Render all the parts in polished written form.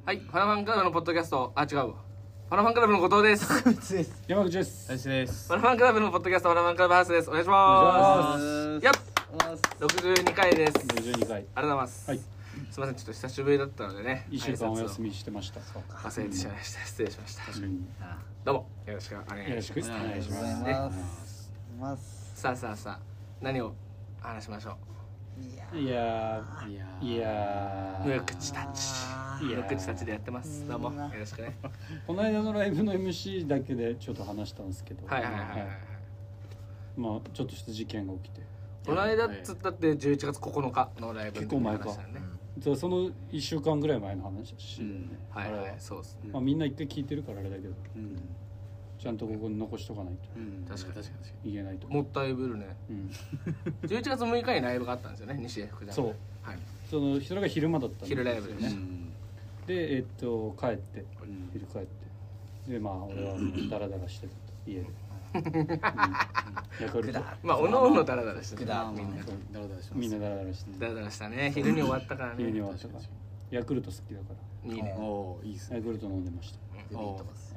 はい、ファナファンクラブのポッドキャスト、違うわ。ファナファンクラブの後藤です。 山口です。 林です。 ファナファンクラブのポッドキャスト、ファナファンクラブハウスです。お願いします。やっ、62回です。 62回。 ありがとうございます。はい。すみません、ちょっと久しぶりだったのでね。 1週間お休みしてました。 忘れてしまいました。失礼しました。 確かに。 どうもよろしくお願いします。さあ、何を話しましょう。 いや無口たちでやってます。どうもよろしくね。 この間のライブの MC だけでちょっと話したんですけど、 はい。 まあちょっとした事件が起きて、 この間っつったって11月9日のライブ結構前か。その1週間ぐらい前の話だし、 はい、そうですね。 まあみんな一回聞いてるからあれだけど、ちゃんとここに残しとかないと。 確かに言えないと。 もったいぶるね。11月6日にライブがあったんですよね、西江福田。 そう。はい。それが昼間だったんですよね。 昼ライブでね。 で帰って昼帰ってでまあ俺はダラダラしてたと家で。ヤクルト。 まあおのおのダラダラしてた。 みんなダラダラして。 ダラダラしたね。昼に終わったからね。 昼に終わったから。ヤクルト好きだから。 いいね。 いいですね。 ヤクルト飲んでました。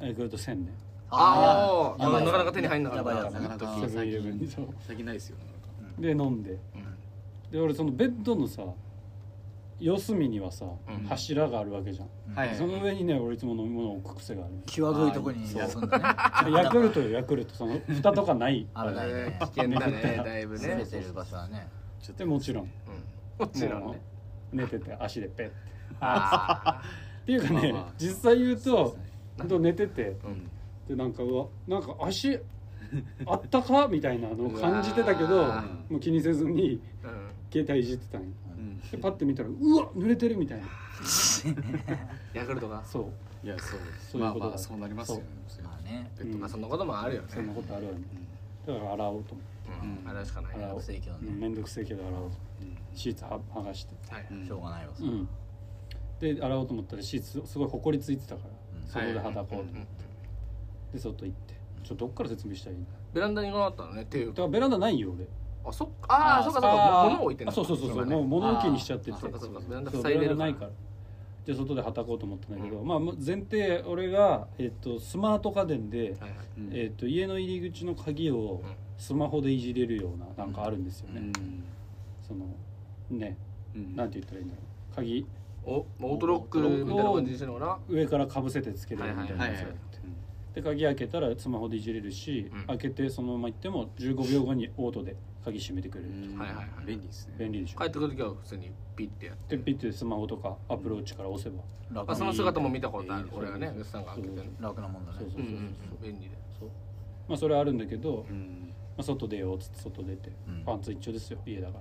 ヤクルト1000ね。 なかなか手に入んなかった。 なかなか最近ないですよ。 で飲んで、で俺そのベッドのさ四隅にはさ柱があるわけじゃん。その上にね俺いつも飲み物を置く癖がある。 際どいとこに休んだね。 ヤクルトその蓋とかない。 危険だね、だいぶね。 攻めてる場所はね。 でもちろんね。 寝てて足でペッっていうかね、実際言うと寝てて。でなんか足あったかみたいなのを感じてたけどもう気にせずに携帯いじってたんよ。でパッて見たらうわ濡れてるみたいな。 ヤクルトが。 そう。 いやそういうことだ。そうなりますよね。 まあね。 そんなこともあるよね。 そんなことあるよね。だから洗おうと思って。 洗うしかない。 めんどくせえけどね。 めんどくせえけど洗おう。シーツ剥がして。 しょうがないわ。 で洗おうと思ったらシーツすごいほこりついてたからそこではたこうと思って。で外行ってどっから説明したらいいんだ。 ベランダに行かなかったのねっていう。 だからベランダないよ俺。 そうか物を置いてんの。 そうもう物置にしちゃってて。 ベランダ塞いでるないから。じゃあ外ではたこうと思ったんだけど、まあ前提俺がスマート家電で家の入り口の鍵をスマホでいじれるようななんかあるんですよね。そのね、なんて言ったらいいんだろう。鍵オートロックみたいな感じにしてるのかな。 上からかぶせてつけれるみたいなやつがあって。で鍵開けたらスマホでいじれるし、開けてそのまま行っても15秒後にオートで鍵閉めてくれる。 便利ですね。 便利でしょ。 帰ってくる時は普通にピッてやってピッてスマホとかアプローチから押せば。 その姿も見たことある。俺はね、ウスさんが開けてる。 楽なもんだね。 そう便利で。 まあそれあるんだけど、外出ようっつって外出てパンツ一丁ですよ家だから。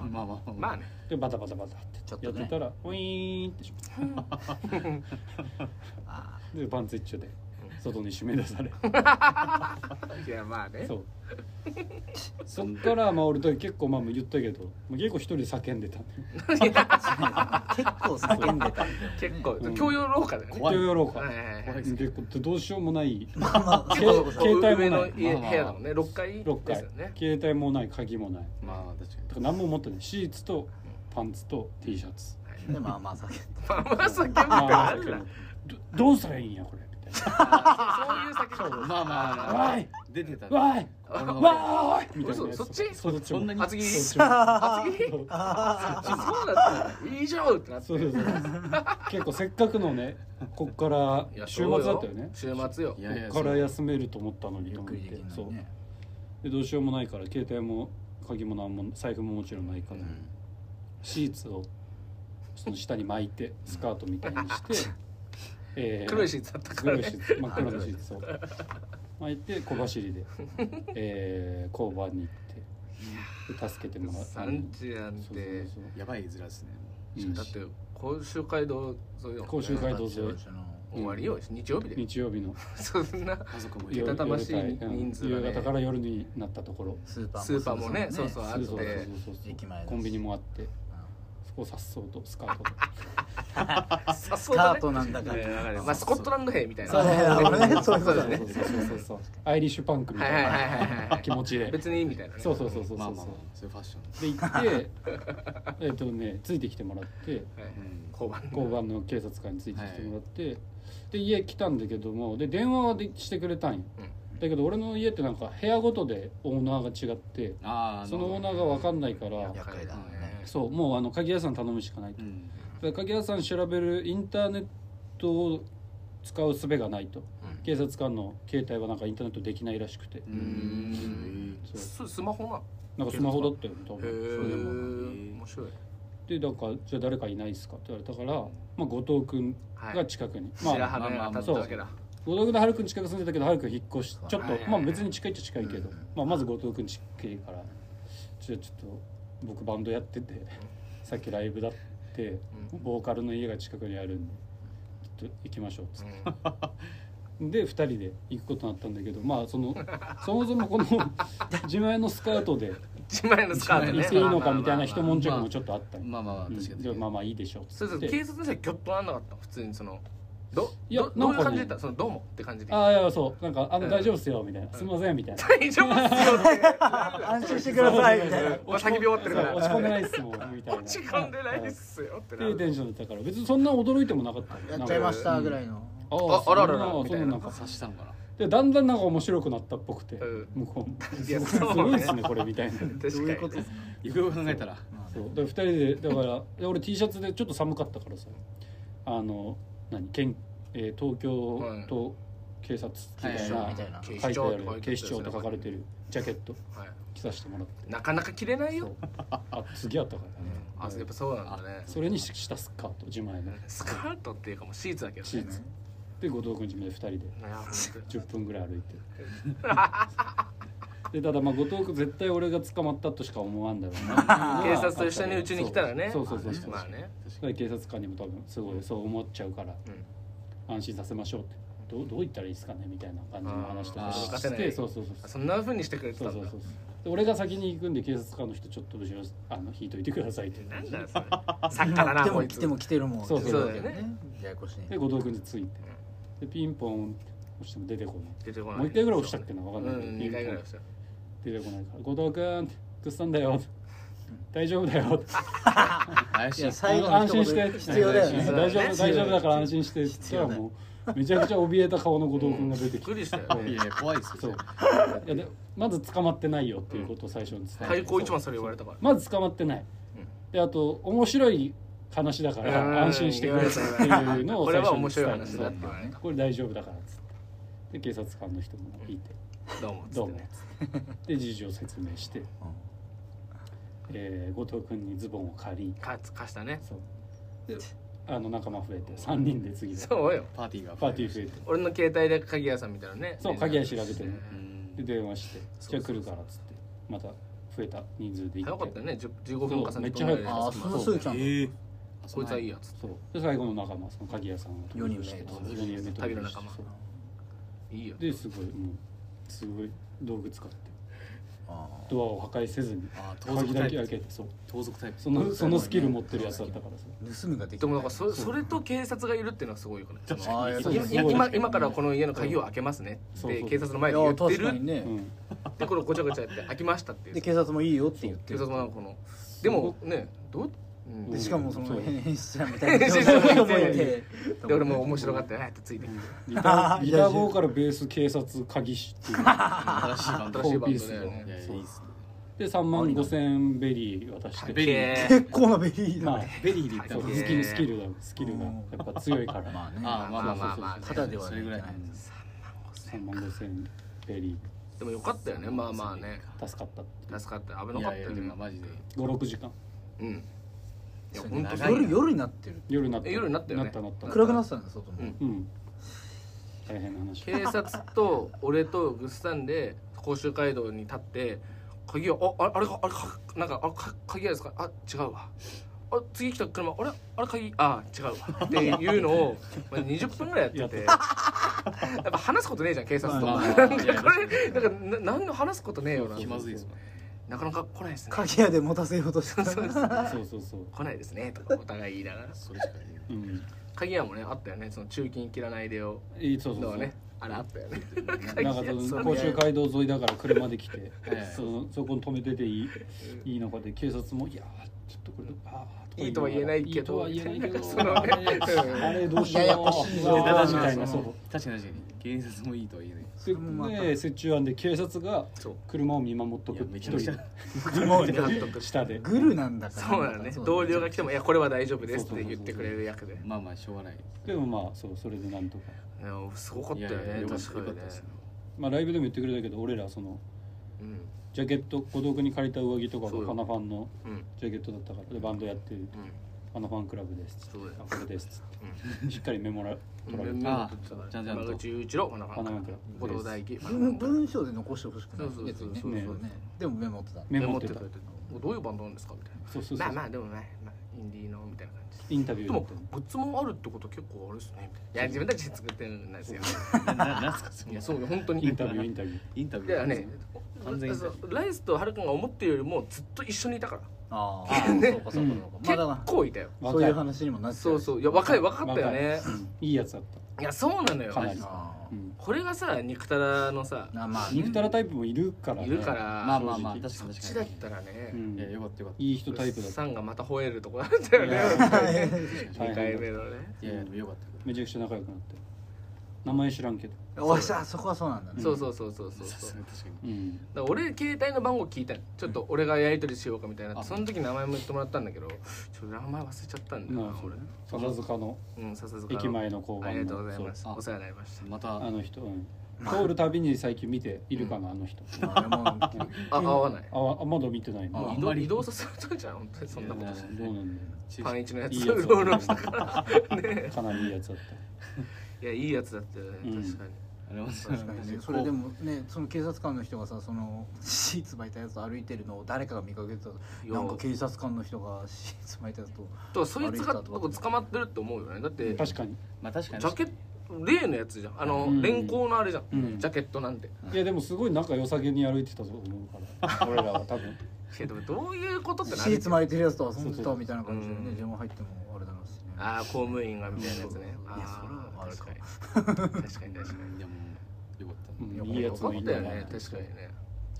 まあね。 でバタバタってやってたらウィーンってしまったでパンツ一丁で外に締め出され。 いやまあね。 そっからまあ俺と結構まあ言ったけど結構一人で叫んでた。 結構叫んでた。 結構共用廊下だよね。 共用廊下。結構どうしようもない。 携帯もない部屋だもんね。6階ですよね。 携帯もない鍵もない。 まあ確かに。 だから何も持ってない。シーツとパンツと T シャツ。 でまあ叫んでた。 どうしたらいいんやこれ。 そういう酒。 まあ出てた。 わーいみたいな。 そっち？ そんなに厚切り？そうだったいいじゃんってなって。 結構せっかくのねこっから週末だったよね。 週末よ。 こっから休めると思ったのにと思って。そうでどうしようもないから携帯も鍵も何も財布ももちろんないからシーツをその下に巻いてスカートみたいにして。 黒いシーツだったからね。 真っ黒のシーツを巻いて小走りで交番に行って助けてもらって。 3時なんてやばい面ですね。 だって甲州街道沿いよ。 甲州街道沿い終わりよ。日曜日のそんなけたたましい人数夕方から夜になったところスーパーもねあってコンビニもあってそこをさっそうとスカートでスカートなんだかまあスコットランド兵みたいな。 そうねそういうことねそうアイリッシュパンクみたいな気持ちで別にいいみたいな。 そうまあまあそういうファッションで行ってついてきてもらって交番の警察官についてきてもらってで家来たんだけどもで電話はしてくれたんよ。だけど俺の家ってなんか部屋ごとでオーナーが違ってそのオーナーが分かんないから厄介だね。 そうもう鍵屋さん頼むしかないと。で鍵屋さん調べるインターネットを使う術がないと。警察官の携帯はなんかインターネットできないらしくて。 そうスマホなんかスマホだったよ多分。 面白い。 でだからじゃあ誰かいないですかって言われたからまあ後藤君が近くに。 白羽が立ったわけだ。 後藤君と春君近く住んでたけど春君引っ越しちょっとまあ別に近いっちゃ近いけどまず後藤君近いからちょっと僕バンドやっててさっきライブだってボーカルの家が近くにあるんでちょっと行きましょうっつってで2人で行くことになったんだけどまあそもそもこの自前のスカートで自前のスカートね行っていいのかみたいな一悶着もちょっとあったまあまあ確かにまあいいでしょうっつって警察の人はギョッとなんなかった普通にどういう感じで言ったどうもって感じで。 いやそうなんか大丈夫っすよみたいなすみませんみたいな大丈夫っすよって安心してくださいみたいな。 叫び終わってるから落ち込んでないっすもんみたいな落ち込んでないっすよってっていうテンションだったから別にそんな驚いてもなかったやっちゃいましたぐらいの。 あらららみたいななんか察したのかな。 でだんだんなんか面白くなったっぽくて向こういやすごいっすねこれみたいな確かにいうことですか。 よくよく考えたらそうで2人でだから俺 T シャツでちょっと寒かったからさ東京と警察みたいな書いてある警視庁と書かれてるジャケット着させてもらってなかなか着れないよ。 次あったからねやっぱそうなんだね。 それにしたスカート自前のスカートっていうかもうシーツだけどね。 で後藤君ちまで2人でいや本 10分ぐらい歩いてでただ後藤君絶対俺が捕まったとしか思わんだろうな警察と一緒にうちに来たらね。 そうまあね。 警察官にも多分すごいそう思っちゃうから安心させましょうってどう言ったらいいですかねみたいな感じの話とかしてそんな風にしてくれてたんだ。 で俺が先に行くんで警察官の人ちょっと後ろ引いといてくださいってなんだよそれ作家だなこいつ。 来ても来てるもん。 そうだよね。 ややこしい。 で後藤君でついてでピンポンって押しても出てこない。もう出てこない。 1回ぐらい押したっけな分かんない 2回ぐらい押した。 出てこないから後藤君ってくっさんだよ大丈夫だよ怪しい。 最後の安心して必要だよね。 大丈夫だから安心してって言ったらもうめちゃくちゃ怯えた顔の後藤君が出てきてびっくりしたよね。 いや怖いですよ。 いやでまず捕まってないよっていうことを最初に伝えて開口一番それ言われたから。 まず捕まってないであと面白い話だから安心してくれっていうのをこれは最初に面白い伝えて話だって言われね。 これ大丈夫だからっつってで警察官の人もいてどうもどうもで事情を説明して後藤君にズボンを借り貸したね。 そうで仲間増えて3人で次でそうよ。 パーティーがパーティー増えて俺の携帯で鍵屋さんみたいなね。 そう鍵屋調べてねで電話してじゃあ来るからっつってまた増えた人数で行って早かったよね。15分か30分。 めっちゃ早かったああそういうちゃんと。 こいつはいいやつ。 そうで最後の仲間その鍵屋さんを 4人目旅の仲間。いいよ。 ですごいすごい道具使ってドアを破壊せずに鍵だけ開けてそう盗賊タイプ。 そのスキル持ってるやつだったからさ盗むができでもなんかそれと警察がいるっていうのはすごいよね。 そう今からこの家の鍵を開けますねって警察の前で言ってる。でこれごちゃごちゃやって開きましたっていう。 で警察もいいよって言って警察もなんかでもねでしかもその編集者みたいな人もいてで俺も面白がってってついてギターボーカルベース警察鍵師っていう新しいバンド。 新しいバンドだよねだよね。 で3万5千円ベリー渡して結構なベリーだ。 ベリーで言ったの。 スキルがやっぱ強いからまあね。 まあただではそれぐらい。 3万5千円ベリでもよかったよね。まあまあね。 ー助かったって助かった。危なかったよね。 マジで。 5、6時間いや本当夜になってる。 夜になった夜になったよね。 なった暗くなってたんだ外も。 大変な話。 警察と俺とグッサンで甲州街道に立って鍵をあれなんか鍵ですか違うわ次来た車あれ鍵違うわっていうのを20分ぐらいやっててやっぱ話すことねえじゃん警察と。これなんか何の話すことねえよな。 気まずいですもん。 なかなか来ないですね鍵屋で持たせようとしたそうですそうそう来ないですねとかお互い言いながらそれしか言えないうん鍵屋もねあったよねその中金切らないでよそうそうそうのねあれあったよねなんかその甲州街道沿いだから車で来てはいそこに止めてていい中で警察もいやちょっとこれいいとは言えないけどいいとは言えないけどそのねあれどうしようややこしいぞみたいなそう確かに警察もいいとは言えないそれもまたで折衷案で警察がそう車を見守っとくいやめちゃくちゃ下でグルなんだからそうだね同僚が来てもいやこれは大丈夫ですって言ってくれる役でまあまあしょうがないでもまあそれでなんとかいやすごかったよねいやいやよかった確かにねよかったですよまあライブでも言ってくれたけど俺らそのうんジャケット孤独に借りた上着とかがそうよファナファンのうんジャケットだったからでバンドやってるうんファナファンクラブですそうだよあこれですしっかりメモ取られてあちゃんと山口雄一郎ファナファンファナファンクラブ後藤大輝ファナファンクラブ文章で残してほしくないそうそう別にねそうそうそうねでもメモってたメモってたメモってたどういうバンドなんですかみたいなそうそうそうまあまあでもねインディーのみたいな感じインタビュでもーだったのグッズもあるってことは結構あれですねみたいないや自分たちで作ってるんですよなんすかそいやそう本当にインタビューインタビューいやね完全にそうライスとハルくんが思ってるよりもずっと一緒にいたからああそうかそうかそうかま結あだか構いたよらそういう話にもなっちゃそうそういや若い分かったよねいいやつだっいやそうなのよかなりあたうんこれがさ肉たらのさあまあ肉たらタイプもいるからねいるからまあまあまあ正直そっ確かに確かちだったらねうんにいやよかったよかったいい人タイプだったさんがまた吠えるとこだったよねいや 2回目のねいやいやでもよかったよめちゃくちゃ仲良くなって名前知らんけどおいあそこはそうなんだねそうそうそうそうそうさすそうがに確かにうんだから俺携帯の番号聞いたのちょっと俺がやり取りしようかみたいなあその時名前も言ってもらったんだけどちょっと名前忘れちゃったんだよなまあ俺笹塚のうん笹塚の駅前の交番のありがとうございますそうお世話になりましたまたあの人通るたびに最近見ているかなあの人あれもあ合わないまだ見てないのあんまり移動させたじゃん本当にそんなことしてどうなんだパンイチのやついいやつロールしたからねかなりいいやつだっいやいいやつだったよねうん確かにあれも確かにねそれでもねその警察官の人がさそのシーツ巻いたやつ歩いてるのを誰かが見かけてたやなんか警察官の人がシーツ巻いたやつととそいつが捕まってるって思うよねだってた確かにまあ確かにジャケット例のやつじゃんうん連行のあれじゃん、 うんジャケットなんていやでもすごい仲良さげに歩いてたと思うから俺らは多分いやでもどういうことってなシーツ巻いてるやつと遊んでそうそうたみたいな感じでねうん電話入ってもあれだろうしねああ公務員がみたいなやつねいやああそれはあれ確かかに確かに確かにいやもうよかったうんいやいいやつもいたなよかったよね確かにね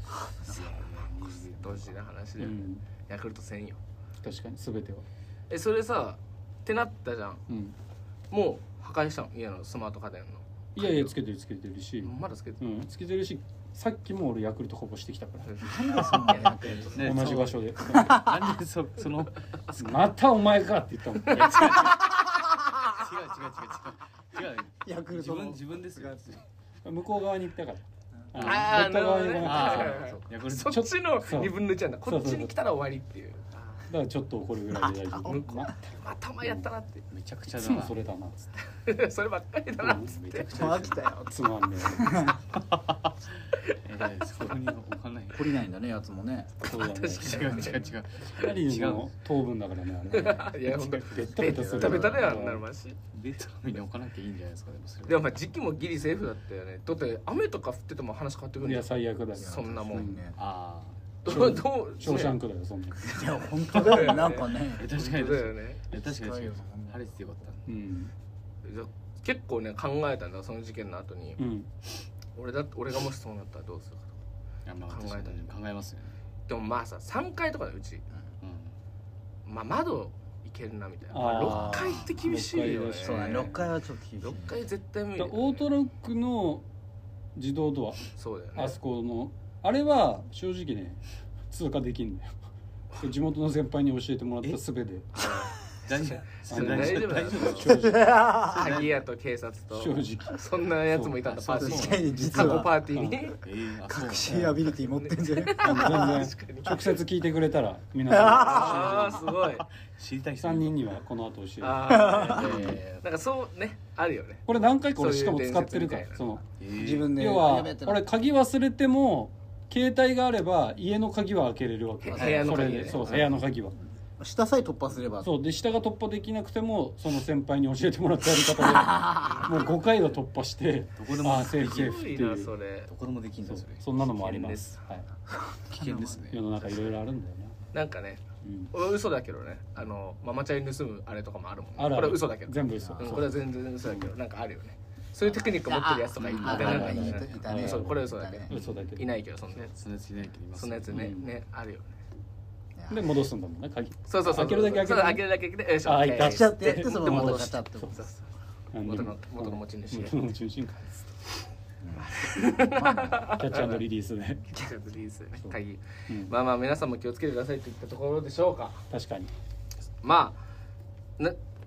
ドジな話で、 うんヤクルト1000よ確かに全てはそれさってなったじゃんうんもう破壊したの家のスマート家電のいやいやつけてるしまだつけてうんつけてるしさっきも俺ヤクルトこぼしてきたからなんでそんなにやってんのね同じ場所でなんでそのまたお前かって言ったもんいや違う違うヤクルトの自分ですよ向こう側に行ったからあーベッド側にごめんあだーヤクルそトっちのそう 2分の1なんだこっちに来たら終わりっていうからちょっと怒るぐらいで大丈夫またまやったなってめちゃくちゃいだなつもそれだなっつってそればっかりだなっつってめちゃくちゃもう飽きたよつまんねそこに置かない懲りないんだねやつもねえそうだね確か違う違う違う二人の糖分だからねあれいやほんとベッタベタするベタベタだよあんなのマジベッドの上に置かなきゃいいんじゃないですかでもそれでもまあ時期もギリセーフだったよねだって雨とか降ってても話変わってくるんいやだよ最悪だよそんなもんうねあどうショーシャンクだよそんないや本当だよなんかねあ確かにだよね確かに近いよ晴れててよかったうんじゃあ結構ね考えたんだその事件の後にうん俺がもしそうなったらどうするかといやまあ考えたね考えますよねでもまあさ3階とかでうちうんまあ窓いけるなみたいな、まあ、 あー 6階って厳しいよね 6階だしそうだね6階はちょっと厳しいね 6階絶対無理だよねオートロックの自動ドそうだよねアあそこのあれは正直ね通過できんだよ地元の先輩に教えてもらった術で大丈それ大丈夫だよ正直鍵屋と警察と正直そんなやつもいたんだそうパーティ確かにー過去実はパーティーに隠しアビリティ持ってんじゃね全然直接聞いてくれたら皆ああさすごい知りたい人ん3人にはこの後教えるああなんかそうねあるよねこれ何回か俺しかも使ってるからそういう伝説みたいなその自分で要はやべえってな俺鍵忘れても携帯があれば家の鍵は開けれるわけ部屋の鍵ねそれでそう部屋の鍵は下さえ突破すればそうで下が突破できなくてもその先輩に教えてもらったやり方でもう5回は突破してどこでもセーフセーフってすごいないうそれ。 どこでもできんだそれそんなのもあります、はい、 危険ですね世の中いろいろあるんだよな、 なんかね、 うん、 嘘だけどね、ママチャリ盗むあれとかもあるもんね。 あるあるこれは嘘だけど。 全部嘘、 これは全然嘘だけど、なんかあるよね。そういうテクニック持ってるやつとかいるんだね。なんかねいたねそうこれ嘘だけど。 嘘だけどいないけどそんなやつ。 そんなやついないけどいますそんなやつね、 うんねあるよね。 で戻すんだもんね鍵そうそうそう。 開けるだけ開けるそう開けるだけ開けて、よいしょ。 あ開いたオッケーガチャってやってそのまま戻しガチャってそうそうそう元元の持ち主元の中心かキャッチャーリリースで、 キャッチャーリリースねそう鍵。 うんまあまあ皆さんも気をつけてくださいといったところでしょうか。 確かにまあ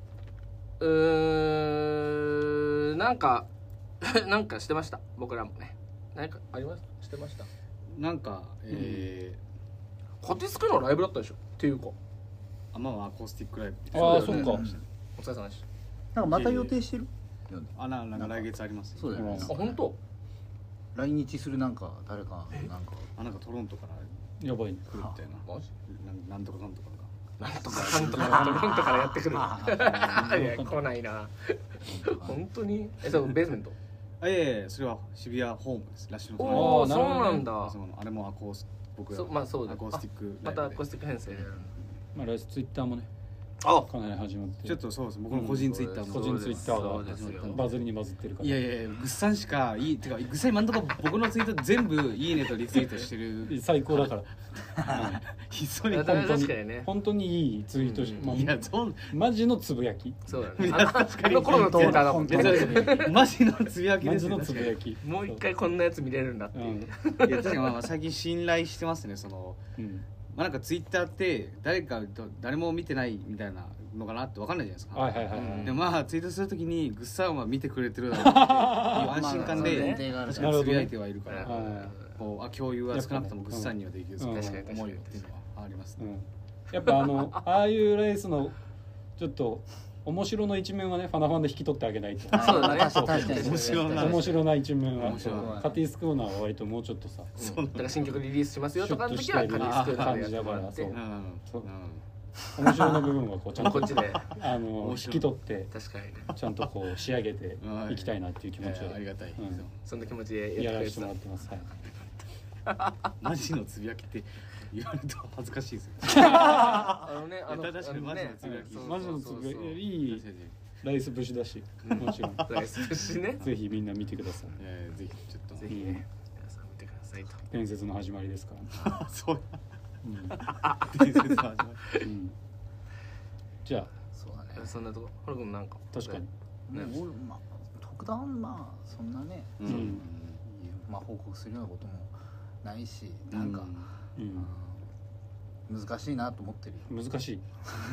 なんかなんかしてました僕らもね。何かありましたしてました。 なんかカティスクのライブだったでしょっていうかまあまあアコースティックライブああそだよねそううかお疲れ様でしなんかまた予定してるなんか来月ありますそうだよねた。あ本当。 来日するなんか誰かなんかなんかトロントからやばいね来るみたいなマジなんとかなんとかなんとかなんとかなんとかからやってくる。いや来ないな。本当にそうベースメント。 いやいやそれは渋谷ホームですラッシュのおおそうなるほどねなんだ。 あれもアコース僕そうまあそうだアコースティックまライブでたアコースティック編成でやる。 まあ来週ツイッターもねあかなり始まってちょっとそうです僕の個人ツイッターも個人ツイッタそうですよーがバズりにバズってるからいやいやいやグッさんしかいいてかグッさん今んとこ僕のツイート全部いいねとリツイートしてる最高だからひっそりいや本当に確かにね本当にいいツイートし、 うんまあいやそうマジのつぶやきそうだね。 いや確かにあの頃のツイッターだもんね。 マジのつぶやきマジですねのつぶやきもう一回こんなやつ見れるんだってういう。 んいや確かにまあ最近信頼してますねうんまあなんかツイッターって誰も見てないみたいなのかなって分かんないじゃないですか、 はいはいはいはいでまあツイートするときにグッサンは見てくれてるだろうっていう安心感まあで前提がある確かにつぶやいてはいるから、 なるほどねこう共有は少なくともグッサンにはできるぞうんって確かに思いっていうのはありますね、 うんやっぱああいうレースのちょっと面白の一面はねファナファンで引き取ってあげないとそうだね確かに面白な面白な一面は面白いカティスコーナーは割ともうちょっとさだから新曲リリースしますよとかの時はカリスクーナーでやってもらってシュッとしてるうんそう面白の部分はこうちゃんとこっちで引き取って確かにねちゃんとこう仕上げていきたいなっていう気持ちありでがたい、 うんそんな気持ちでやらやってくれてたせてもらってますマジのつぶやきって言われると恥ずかしいですよね確かにマジのつぶやきマジのつぶやきいい確かにライス節だしもちろんライス節ねぜひみんな見てくださいいやいやぜひちょっとぜひね皆さん見てくださいと伝説の始まりですからそううん伝説の始まりうんじゃあそうだねそんなとこホル君なんか確かにねもう俺まあ特段まあそんなねうんまあ報告するようなこともないしなんかうん難しいなと思ってるよ難しい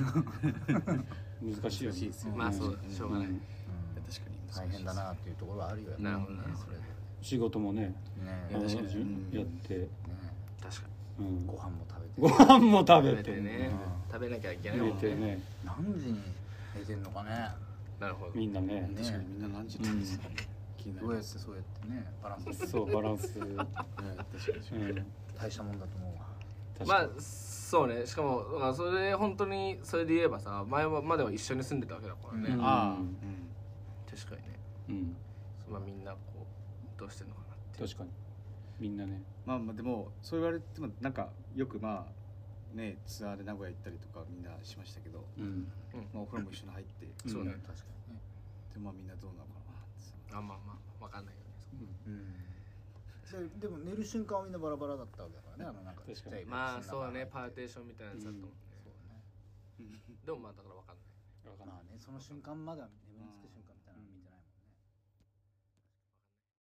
難しいよね難しいですよまあそうしょうがないうん確かに大変だなっていうところはあるよなるほどねそれぞ仕事もねれねいや確かにやってね確かうんご飯も食べてご飯も食にべて食べてね食べなきゃいけない入れもんねてね何時に寝てんのかねなるほどみんなねね確かにみんな何時なんですか気になどうやりますってそうやってねバランスそうバランス確かにうん大したもんだと思うわまあ確かにそうねしかもだからそれで本当にそれで言えばさ前までは一緒に住んでたわけだからねうんああ確かにねうんまあみんなこうどうしてんのかなって確かにみんなねまあまあでもそう言われてもなんかよくまあねツアーで名古屋行ったりとかみんなしましたけど、 うんまあお風呂も一緒に入ってうんそうね確かにねでまあみんなどうなのかなってさあまあまあわかんないよねでも寝る瞬間はみんなバラバラだったわけだからねなんか確かにちっちゃいまあそうねボックスの中にパーテーションみたいなやつだったもんねそうねでもまあだからわかんないわかんないまあねその瞬間までは眠りつく瞬